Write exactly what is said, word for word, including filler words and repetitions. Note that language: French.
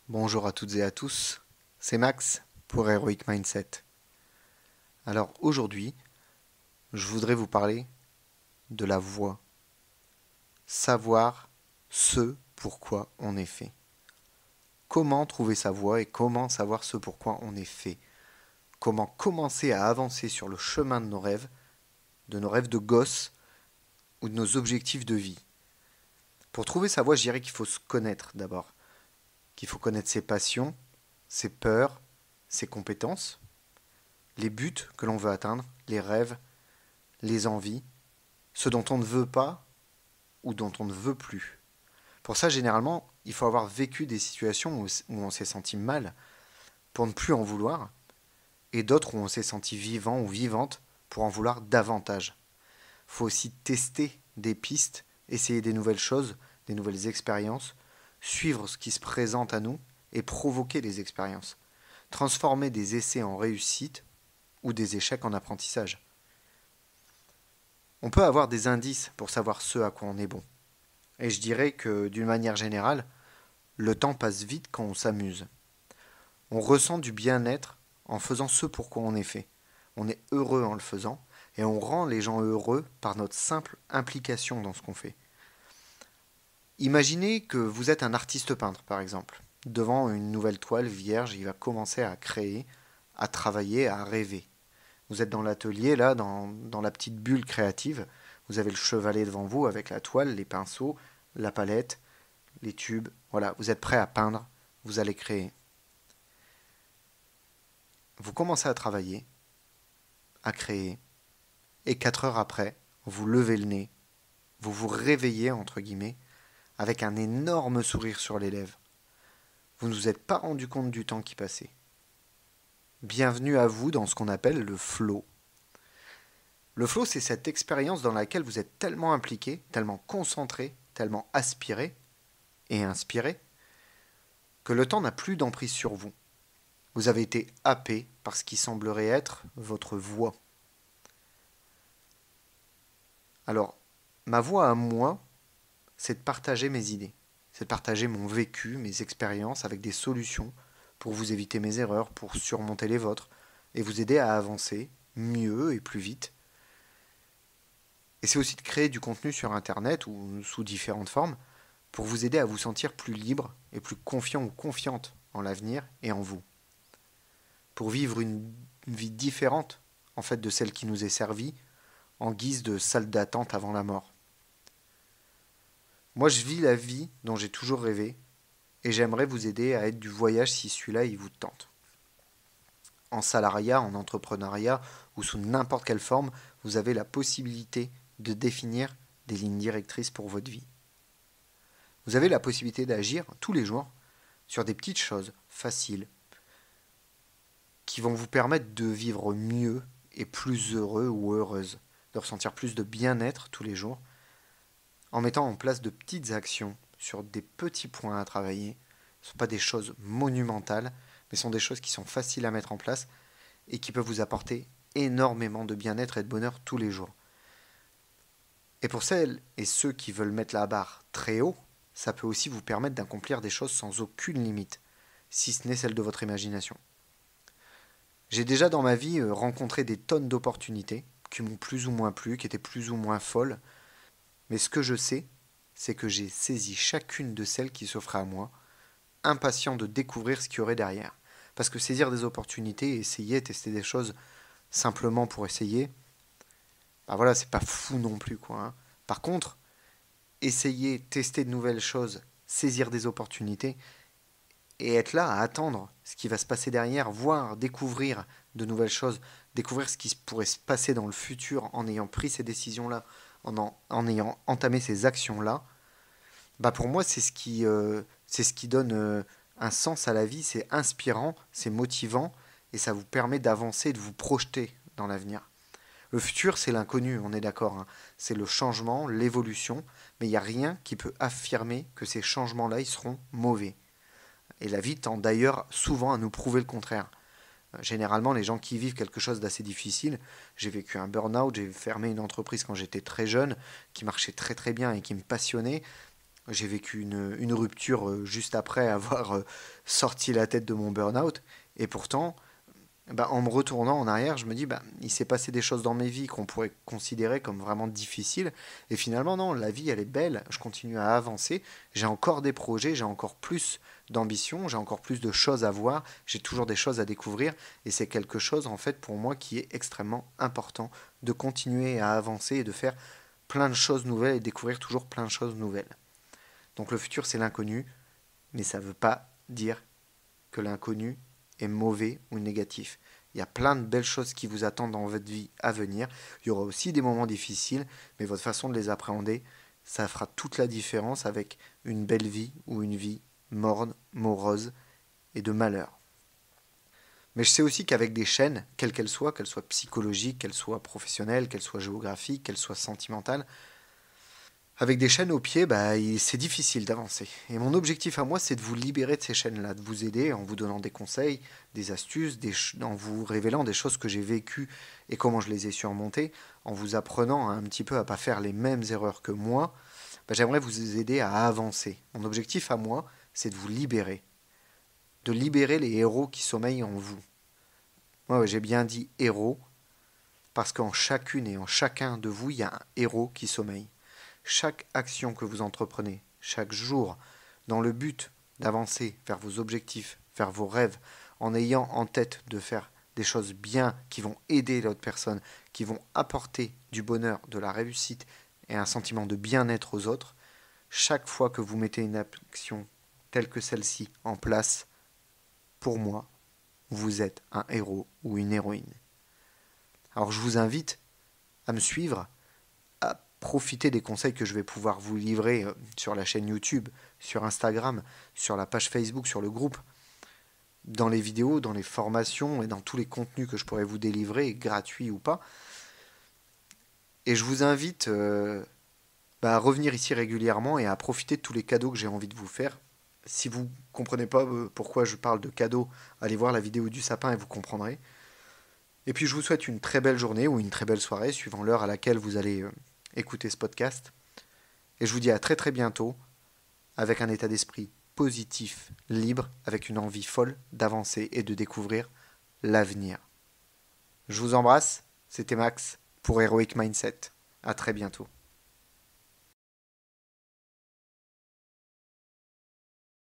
Bonjour à toutes et à tous, c'est Max pour Heroic Mindset. Alors aujourd'hui, je voudrais vous parler de la voie. Savoir ce pourquoi on est fait. Comment trouver sa voie et comment savoir ce pourquoi on est fait. Comment commencer à avancer sur le chemin de nos rêves, de nos rêves de gosse ou de nos objectifs de vie. Pour trouver sa voie, je dirais qu'il faut se connaître d'abord. Qu'il faut connaître ses passions, ses peurs, ses compétences, les buts que l'on veut atteindre, les rêves, les envies, ce dont on ne veut pas ou dont on ne veut plus. Pour ça, généralement, il faut avoir vécu des situations où, on s'est senti mal pour ne plus en vouloir, et d'autres où on s'est senti vivant ou vivante pour en vouloir davantage. Il faut aussi tester des pistes, essayer des nouvelles choses, des nouvelles expériences, suivre ce qui se présente à nous et provoquer des expériences. Transformer des essais en réussite ou des échecs en apprentissage. On peut avoir des indices pour savoir ce à quoi on est bon. Et je dirais que d'une manière générale, le temps passe vite quand on s'amuse. On ressent du bien-être en faisant ce pour quoi on est fait. On est heureux en le faisant et on rend les gens heureux par notre simple implication dans ce qu'on fait. Imaginez que vous êtes un artiste peintre, par exemple. Devant une nouvelle toile vierge, il va commencer à créer, à travailler, à rêver. Vous êtes dans l'atelier, là, dans, dans la petite bulle créative. Vous avez le chevalet devant vous avec la toile, les pinceaux, la palette, les tubes. Voilà, vous êtes prêt à peindre, vous allez créer. Vous commencez à travailler, à créer, et quatre heures après, vous levez le nez, vous vous réveillez, entre guillemets, avec un énorme sourire sur les lèvres. Vous ne vous êtes pas rendu compte du temps qui passait. Bienvenue à vous dans ce qu'on appelle le flow. Le flow, c'est cette expérience dans laquelle vous êtes tellement impliqué, tellement concentré, tellement aspiré et inspiré, que le temps n'a plus d'emprise sur vous. Vous avez été happé par ce qui semblerait être votre voie. Alors, ma voie à moi, c'est de partager mes idées, c'est de partager mon vécu, mes expériences avec des solutions pour vous éviter mes erreurs, pour surmonter les vôtres et vous aider à avancer mieux et plus vite. Et c'est aussi de créer du contenu sur Internet ou sous différentes formes pour vous aider à vous sentir plus libre et plus confiant ou confiante en l'avenir et en vous. Pour vivre une vie différente en fait de celle qui nous est servie en guise de salle d'attente avant la mort. Moi, je vis la vie dont j'ai toujours rêvé et j'aimerais vous aider à être du voyage si celui-là il vous tente. En salariat, en entrepreneuriat ou sous n'importe quelle forme, vous avez la possibilité de définir des lignes directrices pour votre vie. Vous avez la possibilité d'agir tous les jours sur des petites choses faciles qui vont vous permettre de vivre mieux et plus heureux ou heureuse, de ressentir plus de bien-être tous les jours en mettant en place de petites actions sur des petits points à travailler. Ce ne sont pas des choses monumentales, mais ce sont des choses qui sont faciles à mettre en place et qui peuvent vous apporter énormément de bien-être et de bonheur tous les jours. Et pour celles et ceux qui veulent mettre la barre très haut, ça peut aussi vous permettre d'accomplir des choses sans aucune limite, si ce n'est celle de votre imagination. J'ai déjà dans ma vie rencontré des tonnes d'opportunités qui m'ont plus ou moins plu, qui étaient plus ou moins folles, mais ce que je sais, c'est que j'ai saisi chacune de celles qui s'offraient à moi, impatient de découvrir ce qu'il y aurait derrière. Parce que saisir des opportunités, essayer, tester des choses simplement pour essayer, bah voilà, c'est pas fou non plus, quoi. Hein. Par contre, essayer, tester de nouvelles choses, saisir des opportunités, et être là à attendre ce qui va se passer derrière, voir, découvrir de nouvelles choses, découvrir ce qui pourrait se passer dans le futur en ayant pris ces décisions-là, en, en, en ayant entamé ces actions-là, bah pour moi c'est ce qui, euh, c'est ce qui donne euh, un sens à la vie, c'est inspirant, c'est motivant, et ça vous permet d'avancer, de vous projeter dans l'avenir. Le futur, c'est l'inconnu, on est d'accord. Hein. C'est le changement, l'évolution, mais il n'y a rien qui peut affirmer que ces changements-là, ils seront mauvais. Et la vie tend d'ailleurs souvent à nous prouver le contraire. Généralement, les gens qui vivent quelque chose d'assez difficile, j'ai vécu un burn-out, j'ai fermé une entreprise quand j'étais très jeune, qui marchait très très bien et qui me passionnait, J'ai vécu une, une rupture euh, juste après avoir euh, sorti la tête de mon burn-out. Et pourtant, bah, en me retournant en arrière, je me dis, bah, il s'est passé des choses dans mes vies qu'on pourrait considérer comme vraiment difficiles. Et finalement, non, la vie, elle est belle. Je continue à avancer. J'ai encore des projets, j'ai encore plus d'ambition, j'ai encore plus de choses à voir. J'ai toujours des choses à découvrir. Et c'est quelque chose, en fait, pour moi, qui est extrêmement important de continuer à avancer et de faire plein de choses nouvelles et découvrir toujours plein de choses nouvelles. Donc le futur, c'est l'inconnu, mais ça ne veut pas dire que l'inconnu est mauvais ou négatif. Il y a plein de belles choses qui vous attendent dans votre vie à venir. Il y aura aussi des moments difficiles, mais votre façon de les appréhender, ça fera toute la différence avec une belle vie ou une vie morne, morose et de malheur. Mais je sais aussi qu'avec des chaînes, quelles qu'elles soient, qu'elles soient psychologiques, qu'elles soient professionnelles, qu'elles soient géographiques, qu'elles soient sentimentales, avec des chaînes au pied, bah, c'est difficile d'avancer. Et mon objectif à moi, c'est de vous libérer de ces chaînes-là, de vous aider en vous donnant des conseils, des astuces, des en vous révélant des choses que j'ai vécues et comment je les ai surmontées, en vous apprenant un petit peu à ne pas faire les mêmes erreurs que moi. Bah, j'aimerais vous aider à avancer. Mon objectif à moi, c'est de vous libérer, de libérer les héros qui sommeillent en vous. Moi, ouais, j'ai bien dit héros, parce qu'en chacune et en chacun de vous, il y a un héros qui sommeille. Chaque action que vous entreprenez, chaque jour, dans le but d'avancer vers vos objectifs, vers vos rêves, en ayant en tête de faire des choses bien qui vont aider l'autre personne, qui vont apporter du bonheur, de la réussite et un sentiment de bien-être aux autres, chaque fois que vous mettez une action telle que celle-ci en place, pour moi, vous êtes un héros ou une héroïne. Alors je vous invite à me suivre, à profiter des conseils que je vais pouvoir vous livrer sur la chaîne YouTube, sur Instagram, sur la page Facebook, sur le groupe, dans les vidéos, dans les formations et dans tous les contenus que je pourrais vous délivrer, gratuits ou pas. Et je vous invite euh, bah, à revenir ici régulièrement et à profiter de tous les cadeaux que j'ai envie de vous faire. Si vous ne comprenez pas euh, pourquoi je parle de cadeaux, allez voir la vidéo du sapin et vous comprendrez. Et puis je vous souhaite une très belle journée ou une très belle soirée, suivant l'heure à laquelle vous allez euh, écouter ce podcast. Et je vous dis à très très bientôt, avec un état d'esprit positif, libre, avec une envie folle d'avancer et de découvrir l'avenir. Je vous embrasse, c'était Max pour Heroic Mindset. À très bientôt.